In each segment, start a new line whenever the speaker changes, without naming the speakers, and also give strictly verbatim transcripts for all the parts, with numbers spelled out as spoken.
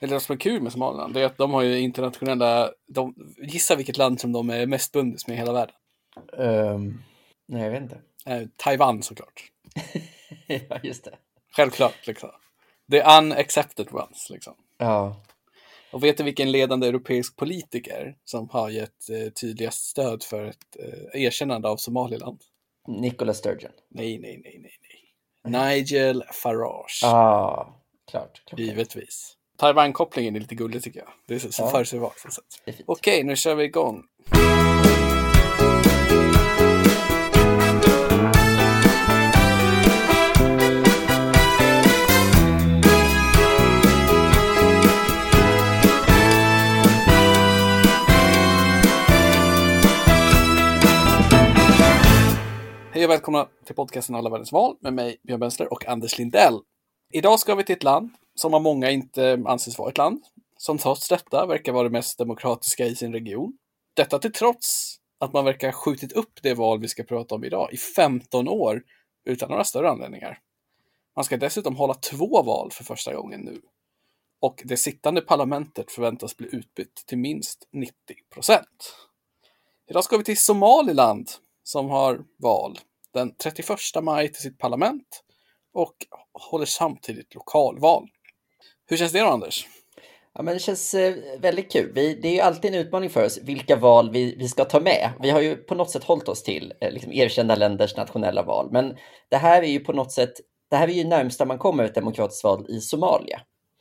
eller vad som är kul med Somaliland, det är att de har ju internationella, de, gissa vilket land som de är mest bundis med i hela världen.
Um, nej, jag vet inte.
Eh, Taiwan såklart.
Ja, just det.
Självklart, liksom. The unaccepted ones, liksom.
Ja.
Och vet du vilken ledande europeisk politiker som har gett eh, tydligast stöd för ett eh, erkännande av Somaliland?
Nicola Sturgeon.
Nej, nej, nej, nej, nej. Nigel Farage.
Ja, ah, klart, klart.
Givetvis. Taiwan-kopplingen är lite gullig tycker jag. Det är så, så
Ja.
förutsägbart. Okej, nu kör vi igång. Hej och välkomna till podcasten Alla världens val med mig, Björn Bensler och Anders Lindell. Idag ska vi till ett land som av många inte anses vara ett land, som trots detta verkar vara det mest demokratiska i sin region. Detta till trots att man verkar ha skjutit upp det val vi ska prata om idag i femton år utan några större anledningar. Man ska dessutom hålla två val för första gången nu. Och det sittande parlamentet förväntas bli utbytt till minst nittio procent. Idag ska vi till Somaliland som har val den trettioförsta maj till sitt parlament och håller samtidigt lokalval. Hur känns det då, Anders?
Ja, men det känns eh, väldigt kul. Vi, det är ju alltid en utmaning för oss vilka val vi, vi ska ta med. Vi har ju på något sätt hållit oss till eh, liksom erkända länders nationella val. Men det här är ju på något sätt, det här är ju närmsta man kommer ett demokratiskt val i Somalia.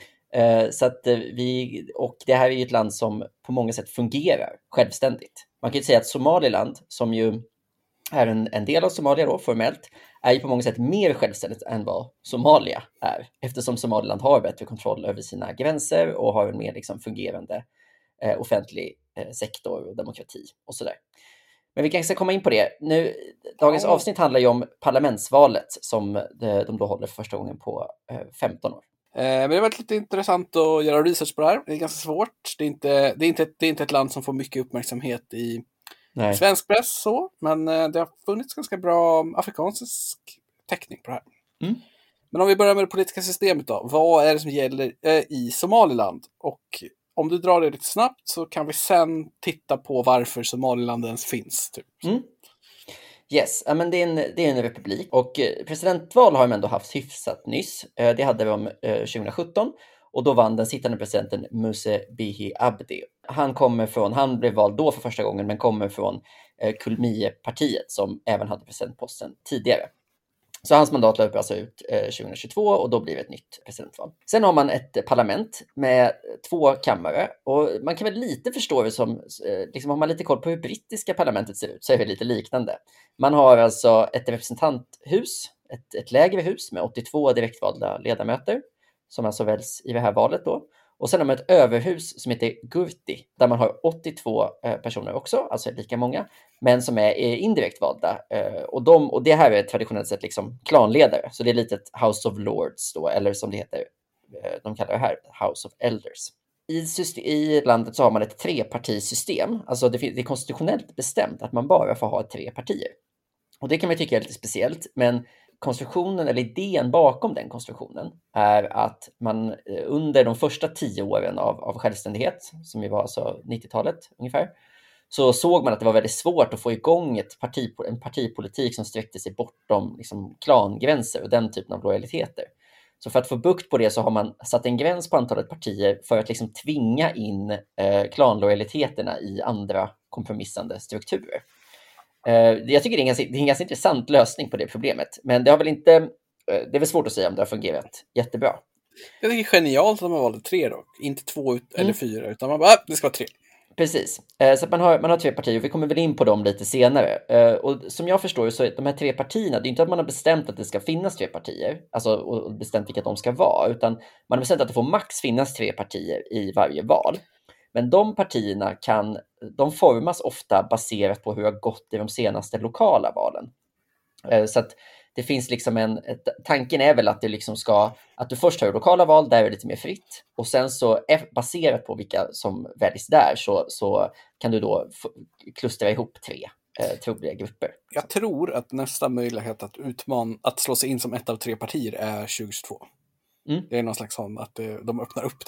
Eh, så att eh, vi, och det här är ju ett land som på många sätt fungerar självständigt. Man kan ju säga att Somaliland, som ju är en, en del av Somalia då, formellt, är ju på många sätt mer självständigt än vad Somalia är. Eftersom Somaliland har bättre kontroll över sina gränser och har en mer liksom, fungerande eh, offentlig eh, sektor och demokrati och sådär. Men vi kanske ska komma in på det. Nu, dagens
Ja.
avsnitt handlar ju om parlamentsvalet som de, de då håller för första gången på eh, femton år.
Eh, men det har varit lite intressant att göra research på det här. Det är ganska svårt. Det är inte, det är inte, ett, det är inte ett land som får mycket uppmärksamhet i
Nej.
svensk press så, men eh, det har funnits ganska bra afrikansk täckning på det här.
Mm.
Men om vi börjar med det politiska systemet då. Vad är det som gäller eh, i Somaliland? Och om du drar det lite snabbt så kan vi sen titta på varför Somaliland ens finns. Typ.
Mm. Yes, men det är, en, det är en republik och presidentval har de ändå haft hyfsat nyss. Det hade de tjugohundrasjutton och då vann den sittande presidenten Muse Bihi Abdi. Han kommer från, han blev vald då för första gången men kommer från Kulmiye-partiet som även hade presidentposten tidigare. Så hans mandat löper alltså ut tjugohundratjugotvå och då blir det ett nytt presidentval. Sen har man ett parlament med två kammare och man kan väl lite förstå det som, liksom har man lite koll på hur brittiska parlamentet ser ut så är det lite liknande. Man har alltså ett representanthus, ett, ett lägre hus med åttiotvå direktvalda ledamöter som alltså väljs i det här valet då. Och sen har man ett överhus som heter Gurti där man har åttiotvå personer också, alltså lika många, men som är indirekt valda. Och, de, och det här är traditionellt sett liksom klanledare, så det är lite ett House of Lords då, eller som det heter, de kallar det här House of Elders. I, system, I landet så har man ett trepartisystem, alltså det, det är konstitutionellt bestämt att man bara får ha tre partier. Och det kan man tycka är lite speciellt, men konstruktionen eller idén bakom den konstruktionen är att man under de första tio åren av, av självständighet, som ju var alltså nittiotalet ungefär, så såg man att det var väldigt svårt att få igång ett parti, en partipolitik som sträckte sig bortom liksom, klangränser och den typen av lojaliteter. Så för att få bukt på det så har man satt en gräns på antalet partier för att liksom tvinga in eh, klanlojaliteterna i andra kompromissande strukturer. Jag tycker det är, en ganska, det är en ganska intressant lösning på det problemet. Men det har väl inte, det är väl svårt att säga om det har fungerat jättebra.
Jag tycker det är genialt att man valde tre då. Inte två ut, eller mm. fyra, utan man bara, det ska vara tre.
Precis, så att man har, man har tre partier och vi kommer väl in på dem lite senare. Och som jag förstår så är de här tre partierna, det är inte att man har bestämt att det ska finnas tre partier, alltså och bestämt vilka de ska vara, utan man har bestämt att det får max finnas tre partier i varje val. Men de partierna kan, de formas ofta baserat på hur det har gått i de senaste lokala valen. Så att det finns liksom en, ett, tanken är väl att det liksom ska, att du först har lokala val, där är det lite mer fritt. Och sen så baserat på vilka som väljs där så, så kan du då f- klustra ihop tre eh, troliga grupper.
Jag tror att nästa möjlighet att utmana, att slå sig in som ett av tre partier är tjugohundratjugotvå. Mm. Det är någon slags sån att det, de öppnar upp det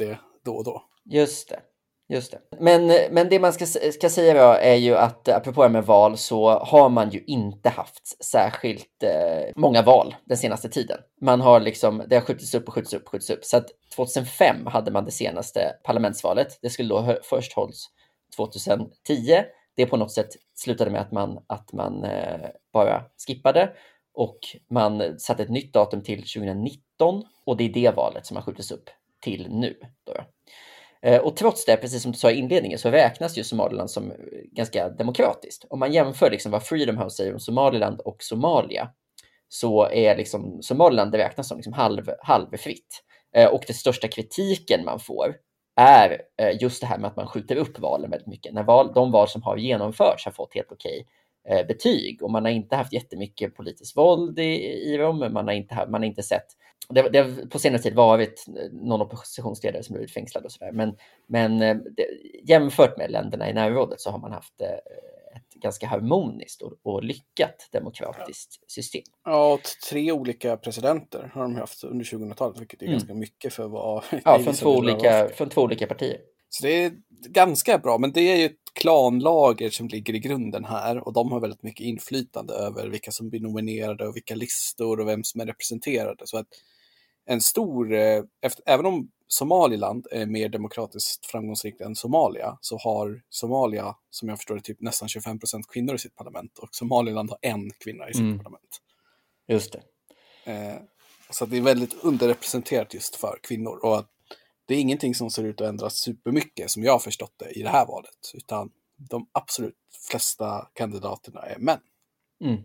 då och då.
Just det. Just det. Men, men det man ska, ska säga då är ju att apropå det med val så har man ju inte haft särskilt eh, många val den senaste tiden. Man har liksom, det har skjutits upp och skjutits upp och skjutits upp. Så att tjugohundrafem hade man det senaste parlamentsvalet. Det skulle då först hållas tjugohundratio. Det på något sätt slutade med att man, att man eh, bara skippade. Och man satte ett nytt datum till tjugonitton. Och det är det valet som har skjutits upp till nu. Då. Och trots det, precis som du sa i inledningen, så räknas ju Somaliland som ganska demokratiskt. Om man jämför liksom vad Freedom House säger om Somaliland och Somalia, så är liksom Somaliland det räknas som liksom halv, halvfritt. Och den största kritiken man får är just det här med att man skjuter upp valen väldigt mycket. När val, de val som har genomförts har fått helt okej betyg, och man har inte haft jättemycket politiskt våld i, i dem, man har inte, man har inte sett Det, det har på senare tid varit någon oppositionsledare som blivit fängslad och sådär. Men, men det, jämfört med länderna i närområdet så har man haft ett ganska harmoniskt och, och lyckat demokratiskt system.
Ja, tre olika presidenter har de haft under tjugohundratalet, vilket är mm. ganska mycket för vad...
Ja, från två, olika, från två olika partier.
Så det är ganska bra, men det är ju ett klanlager som ligger i grunden här, och de har väldigt mycket inflytande över vilka som blir nominerade och vilka listor och vem som är representerade. Så att en stor, efter, även om Somaliland är mer demokratiskt framgångsrikt än Somalia, så har Somalia, som jag förstår det, typ nästan tjugofem procent kvinnor i sitt parlament, och Somaliland har en kvinna i sitt mm. parlament.
Just det.
Eh, så det är väldigt underrepresenterat just för kvinnor, och att det är ingenting som ser ut att ändras supermycket som jag har förstått det i det här valet, utan de absolut flesta kandidaterna är män.
Mm.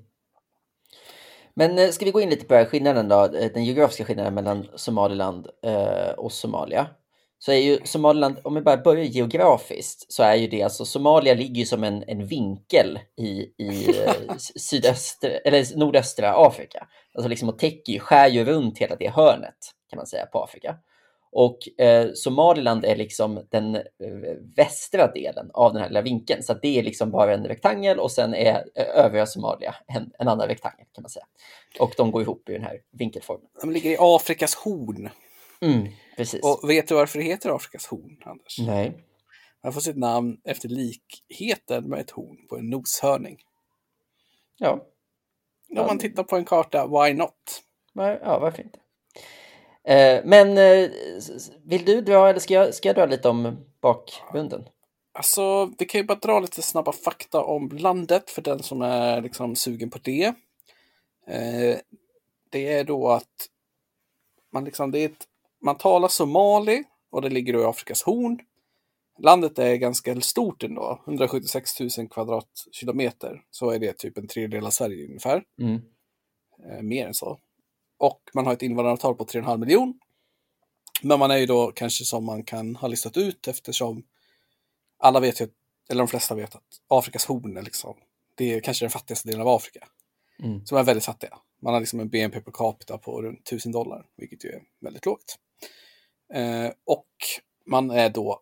Men ska vi gå in lite på skillnaden då, den geografiska skillnaden mellan Somaliland eh, och Somalia. Så är ju Somaliland, om vi bara börjar geografiskt, så är ju det alltså, Somalia ligger ju som en, en vinkel i, i sydöstra, eller nordöstra Afrika. Alltså liksom, och täcker ju, skär ju runt hela det hörnet, kan man säga, på Afrika. Och eh, Somaliland är liksom den eh, västra delen av den här lilla vinkeln. Så att det är liksom bara en rektangel, och sen är eh, övriga Somalia en, en annan rektangel, kan man säga. Och de går ihop i den här vinkelformen.
De ligger i Afrikas horn.
Mm, precis.
Och vet du varför det heter Afrikas horn, Anders?
Nej.
Man får sitt namn efter likheten med ett horn på en noshörning.
Ja.
Om man tittar på en karta, why not?
Ja, varför inte? Men vill du dra, eller ska jag, ska jag dra lite om bakgrunden?
Alltså, vi kan ju bara dra lite snabba fakta om landet för den som är liksom sugen på det. Det är då att man, liksom, det är ett, man talar somali, och det ligger då i Afrikas horn. Landet är ganska stort ändå, hundrasjuttiosex tusen kvadratkilometer. Så är det typ en tredjedel av Sverige ungefär.
Mm.
Mer än så. Och man har ett invånarantal på tre komma fem miljoner. Men man är ju då kanske, som man kan ha listat ut, eftersom alla vet ju, eller de flesta vet, att Afrikas horn är liksom, det är kanske den fattigaste delen av Afrika.
Mm.
Som är väldigt fattiga. Man har liksom en B N P per capita på runt tusen dollar, vilket ju är väldigt lågt. Eh, och man är då,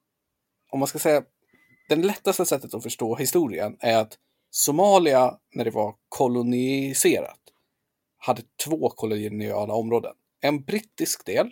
om man ska säga, det lättaste sättet att förstå historien är att Somalia, när det var koloniserat, hade två koloniala områden. En brittisk del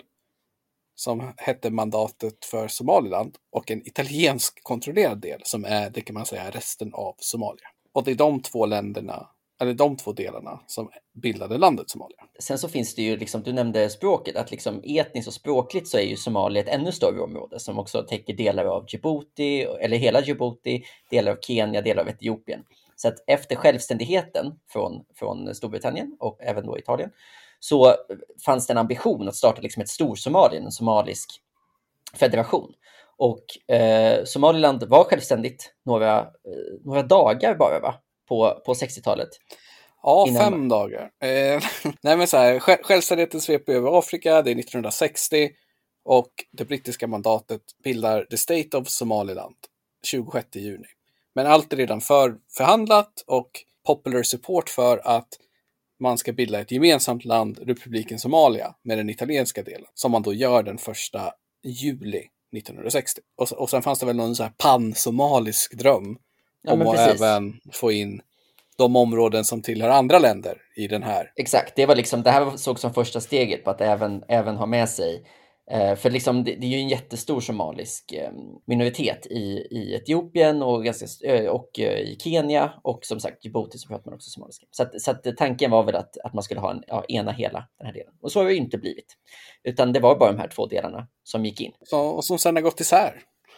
som hette mandatet för Somaliland, och en italiensk kontrollerad del som är, det kan man säga, resten av Somalia. Och det är de två länderna, eller de två delarna, som bildade landet Somalia.
Sen så finns det ju, liksom, du nämnde språket, att liksom etniskt och språkligt så är ju Somalia ett ännu större område som också täcker delar av Djibouti, eller hela Djibouti, delar av Kenya, delar av Etiopien. Så att efter självständigheten från, från Storbritannien och även då Italien, så fanns det en ambition att starta liksom ett Storsomalien, en somalisk federation. Och eh, Somaliland var självständigt några, eh, några dagar bara, va? På, på sextiotalet.
Ja, Innan... fem dagar. Eh, nej men så här, självständigheten sveper över Afrika, det är nittonhundrasextio, och det brittiska mandatet bildar The State of Somaliland tjugosjätte juni. Men allt är redan för förhandlat, och popular support för att man ska bilda ett gemensamt land, Republiken Somalia, med den italienska delen, som man då gör den första juli nittonhundrasextio. Och, och sen fanns det väl någon så här pan-somalisk dröm
ja,
om att precis. även få in de områden som tillhör andra länder i den här.
Exakt, det var liksom, det här såg som första steget på att även, även ha med sig Eh, för liksom, det, det är ju en jättestor somalisk eh, minoritet i, i Etiopien och, ganska, eh, och eh, i Kenya, och som sagt Djibouti så pratar man också somaliska. Så, att, så att tanken var väl att, att man skulle ha en, ja, ena hela den här delen. Och så har det ju inte blivit. Utan det var bara de här två delarna som gick in.
Så, och som sen har gått isär.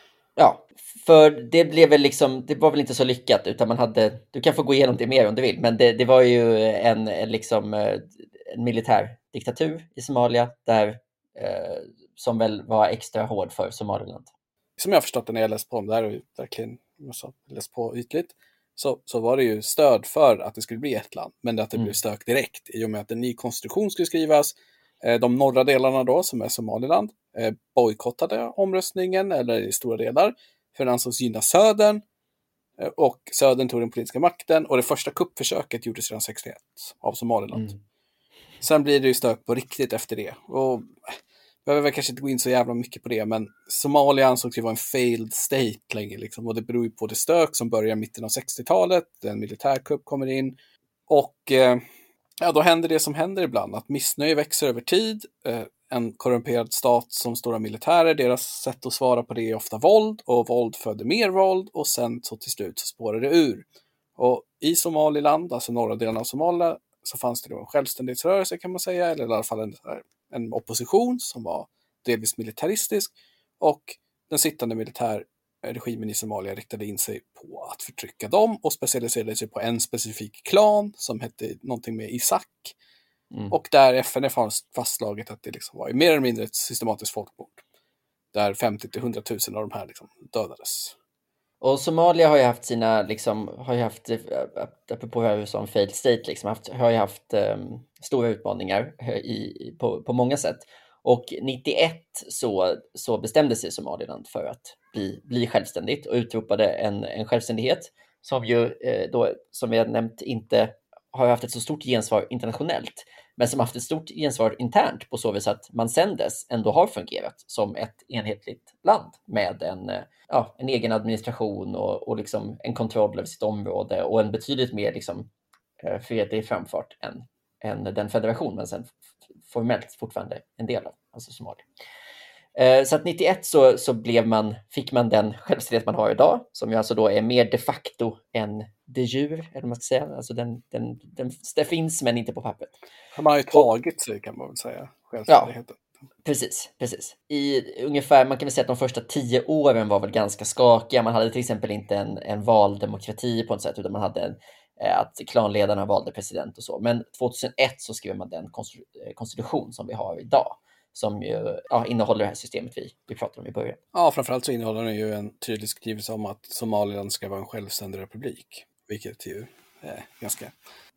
Ja, för det blev väl liksom, det var väl inte så lyckat, utan man hade, du kan få gå igenom det mer om du vill, men det, det var ju en, en, liksom, en militär diktatur i Somalia där, eh, som väl var extra hård för Somaliland.
Som jag har förstått det när jag läst på om det här, och verkligen läst på ytligt, så, så var det ju stöd för att det skulle bli ett land, men att det mm. blev stök direkt i och med att en ny konstitution skulle skrivas. De norra delarna då, som är Somaliland, bojkottade omröstningen, eller i stora delar, för den ansågs gynna södern, och södern tog den politiska makten, och det första kuppförsöket gjordes redan sextioett av Somaliland. Mm. Sen blir det ju stök på riktigt efter det, och jag behöver kanske inte gå in så jävla mycket på det, men Somalia ansågs ju vara en failed state länge liksom, och det beror ju på det stök som börjar mitten av sextiotalet, en militärkupp kommer in, och eh, ja, då händer det som händer ibland, att missnöje växer över tid. Eh, en korrumperad stat som stora militärer, deras sätt att svara på det är ofta våld, och våld föder mer våld, och sen så till slut så spårar det ur. Och i Somaliland, alltså norra delen av Somalia, så fanns det då en självständighetsrörelse kan man säga, eller i alla fall en, en opposition som var delvis militaristisk, och den sittande militärregimen i Somalia riktade in sig på att förtrycka dem och specialiserade sig på en specifik klan som hette någonting med Isak. Mm. Och där F N är fastslaget att det liksom var mer eller mindre ett systematiskt folkmord. Där femtio till hundra tusen av de här liksom dödades.
Och Somalia har ju haft sina, liksom, har ju haft, apropå U S A en failed state, liksom, haft, har ju haft um, stora utmaningar i, på, på många sätt. Och nittioett så, så bestämde sig Somaliland för att bli, bli självständigt och utropade en, en självständighet som ju eh, då, som vi har nämnt, inte har haft ett så stort gensvar internationellt, men som haft ett stort gensvar internt på så vis att man sedan dess ändå har fungerat som ett enhetligt land med en, ja, en egen administration och, och liksom en kontroll över sitt område och en betydligt mer liksom, fredlig framfart än, än den federation man sen formellt fortfarande en del av, alltså Somalia. Så att nittioett så, så blev man, fick man den självständighet man har idag, som ju alltså då är mer de facto än de jure, eller man ska säga. Alltså den, den, den, den finns men inte på pappret.
Man har ju tagit sig, kan man väl säga, självständigheten.
Ja, precis, precis. I ungefär, man kan väl säga att de första tio åren var väl ganska skakiga. Man hade till exempel inte en, en valdemokrati på något sätt, utan man hade en, att klanledarna valde president och så. Men tjugohundraett så skrev man den konstitution som vi har idag, som ju, ja, innehåller det här systemet vi, vi pratade om i början.
Ja, framförallt så innehåller den ju en tydlig skrivelse om att Somaliland ska vara en självständig republik, vilket ju är ganska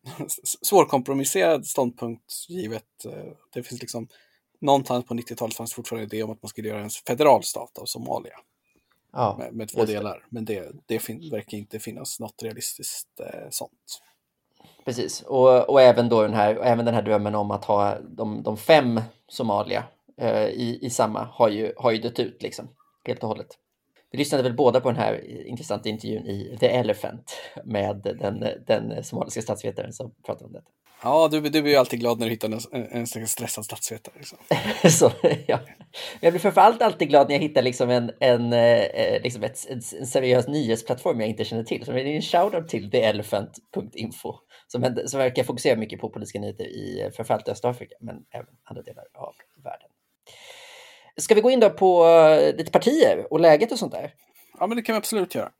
svårkompromisserad ståndpunkt givet. Det finns liksom, någonstans på nittiotalet fanns fortfarande idé om att man skulle göra en federalstat av Somalia. Ja, med, med två delar, men det, det fin- verkar inte finnas något realistiskt eh, sånt.
Precis, och, och även då den här, även den här drömmen om att ha de, de fem Somalia eh, i, i samma har ju, har ju dött ut liksom, helt och hållet. Vi lyssnade väl båda på den här intressanta intervjun i The Elephant med den, den somaliska statsvetaren som pratade om detta.
Ja, du, du blir ju alltid glad när du hittar en, en, en stressad statsvetare. Liksom.
Så, ja. Jag blir framförallt alltid glad när jag hittar liksom en, en, eh, liksom ett, en, en seriös nyhetsplattform jag inte känner till. Så det är en shoutout till the elephant punkt info som, som verkar fokusera mycket på politiska nyheter i framförallt Östafrika, men även andra delar av världen. Ska vi gå in då på lite partier och läget och sånt där?
Ja, men det kan vi absolut göra.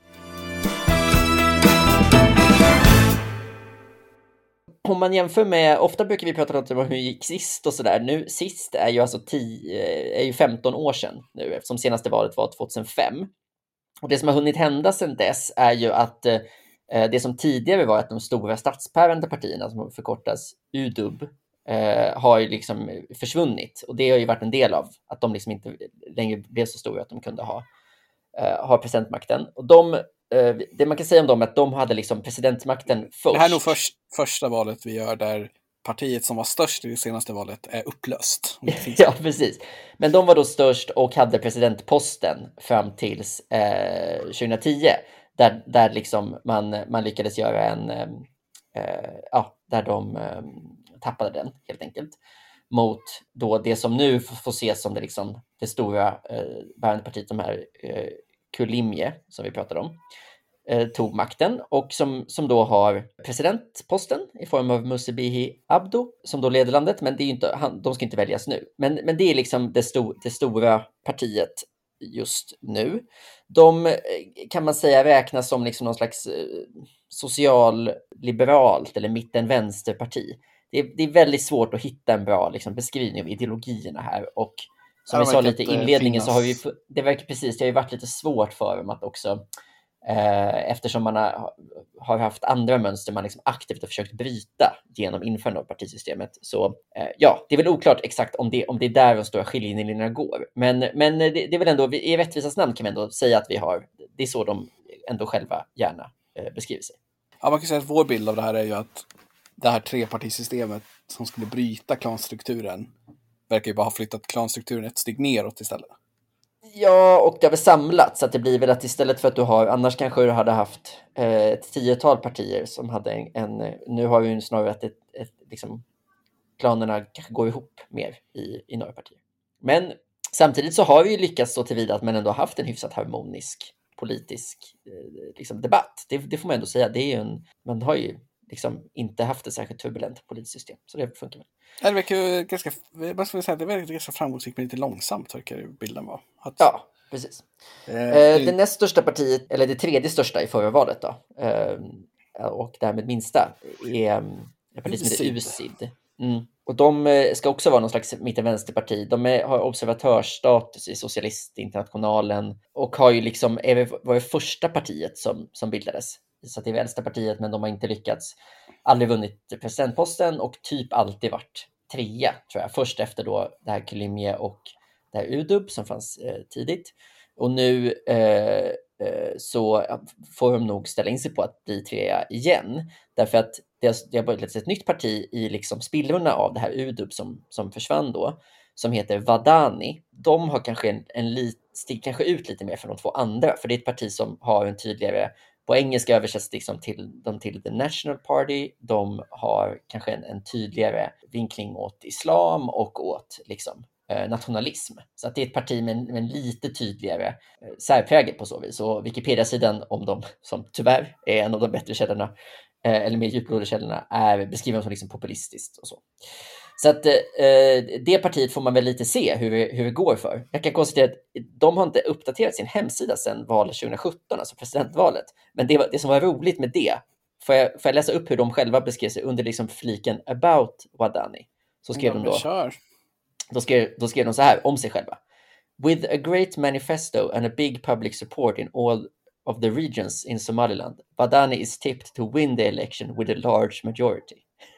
Om man jämför med, ofta brukar vi prata om hur det gick sist och sådär. Nu sist är ju alltså tio, är ju femton år sedan nu, eftersom senaste valet var tjugohundrafem. Och det som har hunnit hända sedan dess är ju att eh, det som tidigare var att de stora statsbärande partierna, som förkortas U D U B, eh, har ju liksom försvunnit. Och det har ju varit en del av att de liksom inte längre blev så stora att de kunde ha, eh, ha presidentmakten. Och de det man kan säga om dem är att de hade liksom presidentmakten först.
Det här är nog först, första valet vi gör där partiet som var störst i det senaste valet är upplöst.
Ja, precis. Men de var då störst och hade presidentposten fram tills eh, tjugohundratio. Där, där liksom man, man lyckades göra en... Eh, ja, där de eh, tappade den helt enkelt. mot då det som nu får ses som det, liksom, det stora eh, bärande partiet, de här eh, Kulimje som vi pratade om, eh, tog makten och som, som då har presidentposten i form av Muse Bihi Abdo som då leder landet, men det är ju inte, han, de ska inte väljas nu. Men, men det är liksom det, sto, det stora partiet just nu. De kan man säga räknas som liksom någon slags eh, socialliberalt eller mitten-vänsterparti. Det är, det är väldigt svårt att hitta en bra liksom, beskrivning av ideologierna här. Och som vi sa lite i inledningen så har vi, det verkar precis, det har ju varit lite svårt för dem att också, eh, eftersom man har, har haft andra mönster man liksom aktivt har försökt bryta genom införandet av partisystemet. Så eh, ja, det är väl oklart exakt om det, om det är där de stora skiljelinjerna går. Men, men det, det är väl ändå, i rättvisans namn kan vi ändå säga att vi har, det är så de ändå själva gärna eh, beskriver sig.
Ja, man kan säga att vår bild av det här är ju att det här trepartisystemet som skulle bryta klanstrukturen verkar ju bara ha flyttat klanstrukturen ett steg neråt istället.
Ja, och det har väl samlats. Så att det blir väl att istället för att du har, annars kanske du hade haft eh, ett tiotal partier som hade en, en nu har vi ju snarare att ett, ett, liksom, klanerna kanske går ihop mer i, i några partier. Men samtidigt så har vi ju lyckats så tillvida att man ändå har haft en hyfsat harmonisk politisk eh, liksom, debatt. Det, det får man ändå säga. Det är ju en, man har ju liksom inte haft ett särskilt turbulent politiskt system. Så det funkar väl.
Det verkar ju ganska, vad ska vi säga, det verkar ganska framgångsrikt men lite långsamt verkar bilden vara. Att,
ja, precis. Eh, det, det näst största partiet, eller det tredje största i förra valet då, eh, och därmed minsta, är ett parti som heter U S I D. Mm. Och de ska också vara någon slags mitten-vänsterparti. De är, har observatörsstatus i Socialistinternationalen och har ju liksom, är, var det första partiet som, som bildades. Så det är äldsta partiet, men de har inte lyckats, aldrig vunnit presidentposten och typ alltid varit trea, tror jag. Först efter då det här Kulimje och det här U D U B som fanns eh, tidigt. Och nu eh, eh, så får de nog ställa in sig på att bli trea igen. Därför att det har, det har börjat ett nytt parti i liksom spillrorna av det här U D U B som, som försvann då, som heter Vadani. De har kanske en, en lit, stiger kanske ut lite mer från de två andra, för det är ett parti som har en tydligare, på engelska översätts liksom till, de till The National Party. De har kanske en, en tydligare vinkling åt islam och åt liksom, eh, nationalism. Så att det är ett parti med en, med en lite tydligare eh, särprägel på så vis. Och Wikipedia-sidan om dem, som tyvärr är en av de bättre källorna, eh, eller mer djuplodande källorna, är beskriven som liksom populistiskt och så. Så att eh, det partiet får man väl lite se hur, hur det går för. Jag kan konstatera att de har inte uppdaterat sin hemsida sedan valet tjugo sjutton, alltså presidentvalet. Men det, var, det som var roligt med det, får jag, får jag läsa upp hur de själva beskrev sig under liksom fliken about Vadani. Så skrev ja, de då, då, skrev, då skrev de så här om sig själva. With a great manifesto and a big public support in all of the regions in Somaliland, Vadani is tipped to win the election with a large majority.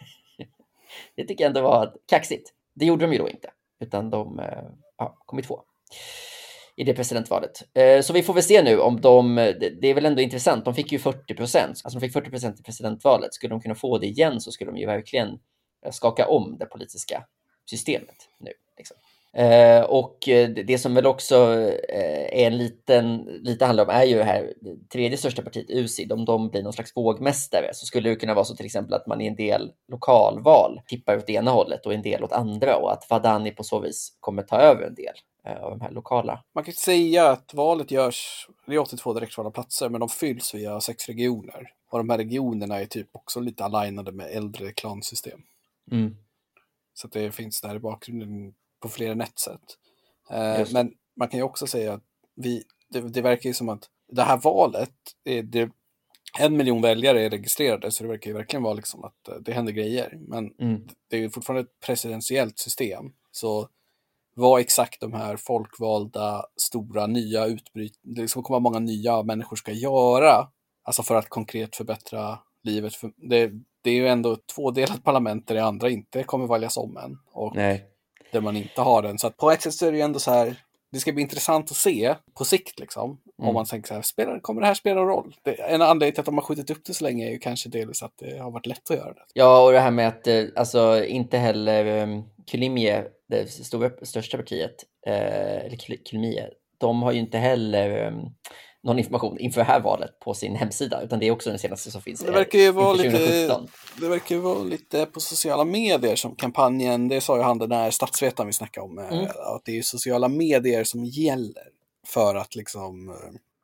Det tycker jag ändå var kaxigt. Det gjorde de ju då inte, utan de ja, kom i två i det presidentvalet. Så vi får väl se nu om de, det är väl ändå intressant, de fick ju fyrtio procent, alltså de fick fyrtio procent i presidentvalet. Skulle de kunna få det igen så skulle de ju verkligen skaka om det politiska systemet nu. Liksom. Eh, och det som väl också eh, är en liten, lite handlar om är ju det här tredje största partiet U S I D, om de blir någon slags vågmästare så skulle det kunna vara så till exempel att man i en del lokalval tippar åt ena hållet och en del åt andra och att Vadani på så vis kommer ta över en del eh, av de här lokala.
Man kan säga att valet görs, det är åttiotvå direktvalda platser men de fylls via sex regioner och de här regionerna är typ också lite alignade med äldre klansystem. Mm. Så att det finns där i bakgrunden på flera nätsätt. Eh, men man kan ju också säga att vi, det, det verkar ju som att det här valet, är, det, en miljon väljare är registrerade så det verkar ju verkligen vara liksom att det händer grejer. Men mm. det är ju fortfarande ett presidentiellt system. Så vad exakt de här folkvalda stora nya utbryt, det liksom kommer många nya människor ska göra, alltså för att konkret förbättra livet. För det, det är ju ändå ett tvådelat parlament där det andra inte kommer väljas om än. Och nej. Där man inte har den. Så att på ett sätt så är det ju ändå så här, det ska bli intressant att se på sikt liksom. Mm. Om man tänker så här, spelar, kommer det här spela en roll? Det, en anledning till att de har skjutit upp det så länge är ju kanske delvis att det har varit lätt att göra det.
Ja, och det här med att alltså inte heller um, Kulimje, det stora, största partiet, eh, eller Kulimje, de har ju inte heller um, någon information inför det här valet på sin hemsida, utan det är också den senaste som finns.
Det verkar ju vara lite, det verkar ju vara lite på sociala medier som kampanjen, det sa ju han den här statsvetaren vi snackade om, mm. att det är sociala medier som gäller för att liksom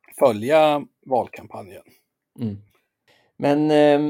följa valkampanjen.
Mm. Men, eh,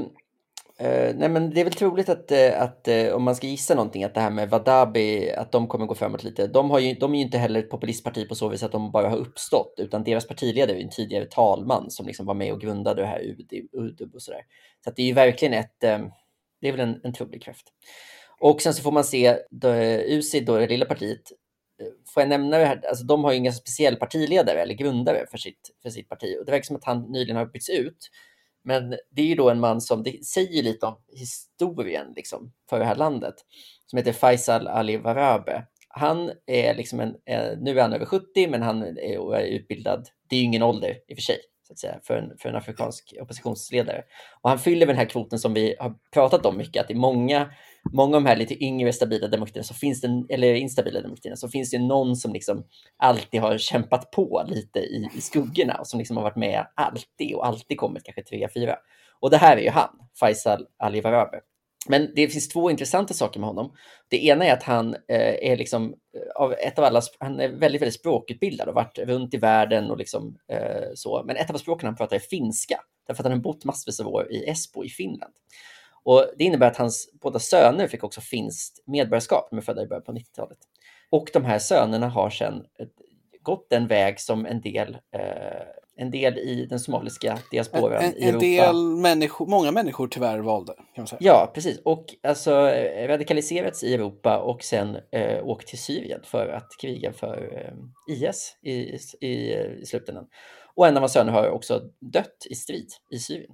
nej, men det är väl troligt att, att om man ska gissa någonting, att det här med Wahdabi, att de kommer gå framåt lite. De, har ju, de är ju inte heller ett populistparti på så vis att de bara har uppstått, utan deras partiledare är en tidigare talman som liksom var med och grundade det här U D U B och sådär. Så att det är ju verkligen ett, det är väl en, en trolig kraft. Och sen så får man se då, U C I, då det lilla partiet, får jag nämna det här, alltså de har ju ingen speciell partiledare eller grundare för sitt, för sitt parti, och det verkar som att han nyligen har bytts ut. Men det är ju då en man som, det säger lite om historien liksom för det här landet, som heter Faisal Ali Warabe. Han är liksom en, nu är han över sjuttio, men han är, är utbildad, det är ju ingen ålder i och för sig, så att säga, för en, för en afrikansk oppositionsledare. Och han fyller den här kvoten som vi har pratat om mycket, att i många, många av de här lite yngre stabila demokratierna, så finns det, eller instabila demokratierna, så finns det någon som liksom alltid har kämpat på lite i, i skuggorna, och som liksom har varit med alltid och alltid kommit kanske tre, fyra. Och det här är ju han, Faisal Ali Warabe. Men det finns två intressanta saker med honom. Det ena är att han eh, är liksom av ett av alla, han är väldigt, väldigt språkutbildad och varit runt i världen och liksom eh, så. Men ett av språken han pratar är finska, därför att han har bott massvis av år i Espoo i Finland. Och det innebär att hans båda söner fick också finskt medborgarskap, med födda i början på nittiotalet. Och de här sönerna har sedan gått den väg som en del, eh, en del i den somaliska diasporan
en, en,
i Europa.
En del människor, många människor tyvärr valde, kan man säga.
Ja, precis. Och alltså radikaliserats i Europa och sen eh, åkt till Syrien för att kriga för eh, I S i, i, i slutändan. Och en av hans söner har också dött i strid i Syrien.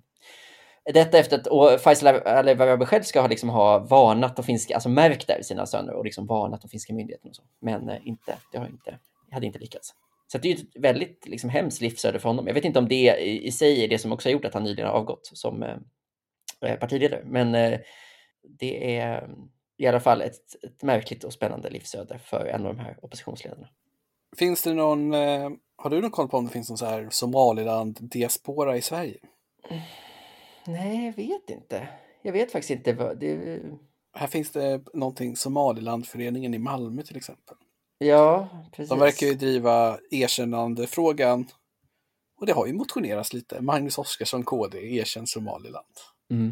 Detta efter att, och Faisal Ali Warabe själv ska ha, liksom ha varnat de finska, alltså märkt där sina söner och liksom varnat de finska myndigheterna och så. Men eh, inte, det har inte, hade inte lyckats. Så det är ju ett väldigt liksom, hemskt livsöde för honom. Jag vet inte om det i, i sig är det som också har gjort att han nyligen har avgått som eh, partiledare. Men eh, det är i alla fall ett, ett märkligt och spännande livsöde för en av de här oppositionsledarna.
Finns det någon, eh, har du någon koll på om det finns någon så här Somaliland-diaspora i Sverige?
Mm. Nej, jag vet inte. Jag vet faktiskt inte vad det...
Här finns det någonting, Somalilandföreningen i Malmö till exempel.
Ja, precis.
De verkar ju driva erkännandefrågan. Och det har ju motionerats lite. Magnus Oskarsson, K D, erkänn Somaliland.
Mm.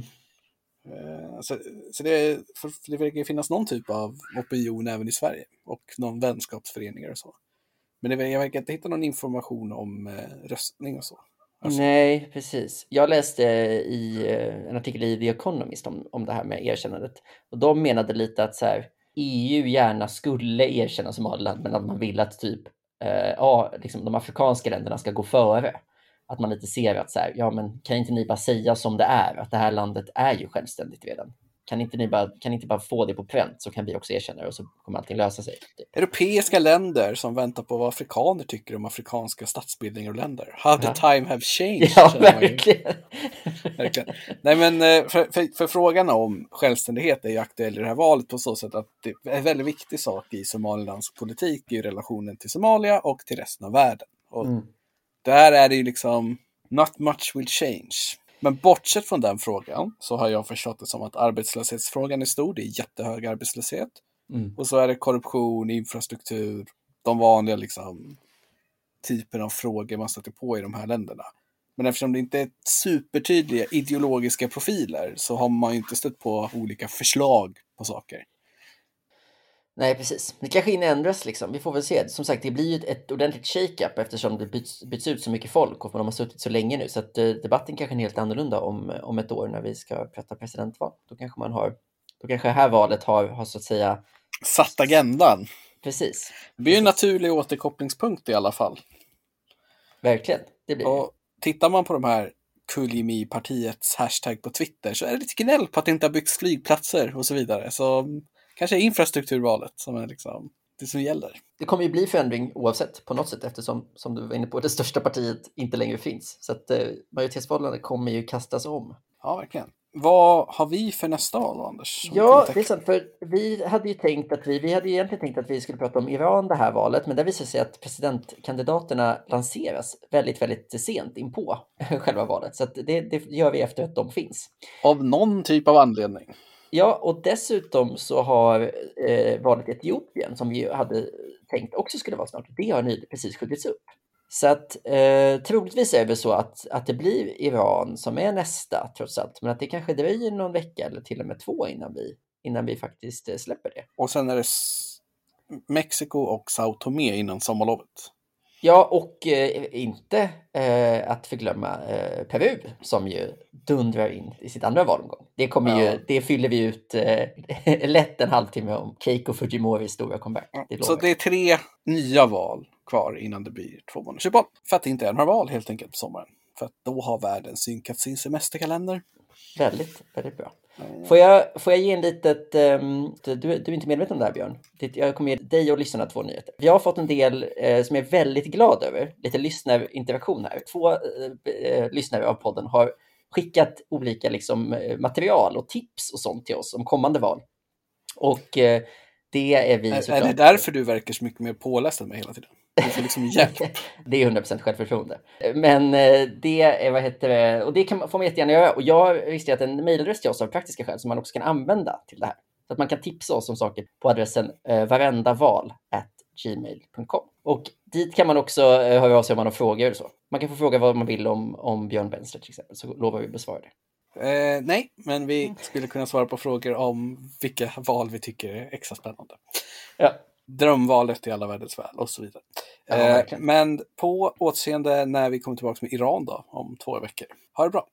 Så, så det, det verkar ju finnas någon typ av opinion även i Sverige. Och någon vänskapsföreningar och så. Men det, jag verkar inte hitta någon information om eh, röstning och så. Alltså.
Nej, precis. Jag läste i en artikel i The Economist om, om det här med erkännandet. Och de menade lite att så här, E U gärna skulle erkänna Somaliland, men att man vill att typ eh, ja, liksom de afrikanska länderna ska gå före. Att man lite ser att så här, ja men kan inte ni bara säga som det är, att det här landet är ju självständigt redan. Kan inte ni bara, kan inte bara få det på pränt, så kan vi också erkänna det och så kommer allting lösa sig. Typ.
Europeiska länder som väntar på vad afrikaner tycker om afrikanska statsbildningar och länder. How the
ja.
time have changed.
Ja, verkligen.
verkligen. Nej, men för, för, för frågan om självständighet är ju aktuell i det här valet på så sätt att det är en väldigt viktig sak i Somalilands politik i relationen till Somalia och till resten av världen. Och mm. där är det ju liksom not much will change. Men bortsett från den frågan så har jag förstått det som att arbetslöshetsfrågan är stor. Det är jättehög arbetslöshet. Mm. Och så är det korruption, infrastruktur, de vanliga liksom, typen av frågor man stöter på i de här länderna. Men eftersom det inte är supertydliga ideologiska profiler så har man ju inte stött på olika förslag på saker.
Nej, precis. Det kanske inändras liksom. Vi får väl se. Som sagt, det blir ju ett, ett ordentligt shake-up eftersom det byts, byts ut så mycket folk och de har suttit så länge nu. Så att eh, debatten kanske är helt annorlunda om, om ett år när vi ska prata presidentval. Då kanske man har, då kanske det här valet har, har så att säga
satt agendan.
Precis.
Det blir ju en naturlig återkopplingspunkt i alla fall.
Verkligen, det blir
och tittar man på de här Kulimi-partiets hashtag på Twitter så är det lite gnäll på att det inte har byggts flygplatser och så vidare. Så kanske är infrastrukturvalet som är liksom det som gäller.
Det kommer ju bli förändring oavsett på något sätt eftersom, som du var inne på, det största partiet inte längre finns. Så att eh, majoritetsvalen kommer ju kastas om.
Ja, verkligen. Vad har vi för nästa val, Anders?
Ja, det är sant, för vi hade ju tänkt att vi, vi hade egentligen tänkt att vi skulle prata om Iran det här valet, men det visar sig att presidentkandidaterna lanseras väldigt, väldigt sent in på själva valet. Så att det, det gör vi efter att de finns.
Av någon typ av anledning.
Ja, och dessutom så har eh, valet i Etiopien, som vi hade tänkt också skulle vara snart, det har nyligen precis skjutits upp. Så att eh, troligtvis är det så att, att det blir Iran som är nästa trots allt. Men att det kanske dröjer någon vecka eller till och med två innan vi, innan vi faktiskt eh, släpper det.
Och sen är det S- Mexiko och Sao Tomé innan sommarlovet.
Ja, och eh, inte eh, att förglömma eh, Peru som ju dundrar in i sitt andra valomgång. Det, kommer
Ja.
ju, det fyller vi ut eh, lätt en halvtimme om Keiko Fujimoris stora comeback. Det
Så det är tre nya val kvar innan det blir två månaders uppehåll. För att det inte är några val helt enkelt på sommaren. För att då har världen synkat sin semesterkalender.
Väldigt, väldigt bra. Får jag, får jag ge en litet... Um, du, du är inte medveten om det här, Björn. Det, jag kommer ge dig och lyssnarna två nyheter. Vi har fått en del eh, som jag är väldigt glad över. Lite lyssnarinteraktion här. Två eh, lyssnare av podden har skickat olika liksom, material och tips och sånt till oss om kommande val. Och eh, det är vi
är,
såklart...
är det därför du verkar så mycket mer påläst än mig hela tiden? Du får liksom hjälp.
Det är hundra procent självförtroende. Men det är, vad heter det, och det kan, får man jättegärna göra. Och jag har registrerat en mejladress till oss av praktiska skäl som man också kan använda till det här. Så att man kan tipsa oss om saker på adressen eh, varendaval at gmail punkt com. Och dit kan man också eh, höra av sig om man har frågor eller så. Man kan få fråga vad man vill om, om Björn Bensler till exempel, så lovar vi att besvara det.
Eh, nej, men vi skulle kunna svara på frågor om vilka val vi tycker är extra spännande.
Ja.
Drömvalet i alla världens väl och så vidare.
Ja,
eh,
verkligen.
men på återseende när vi kommer tillbaka med Iran då, om två veckor. Ha det bra!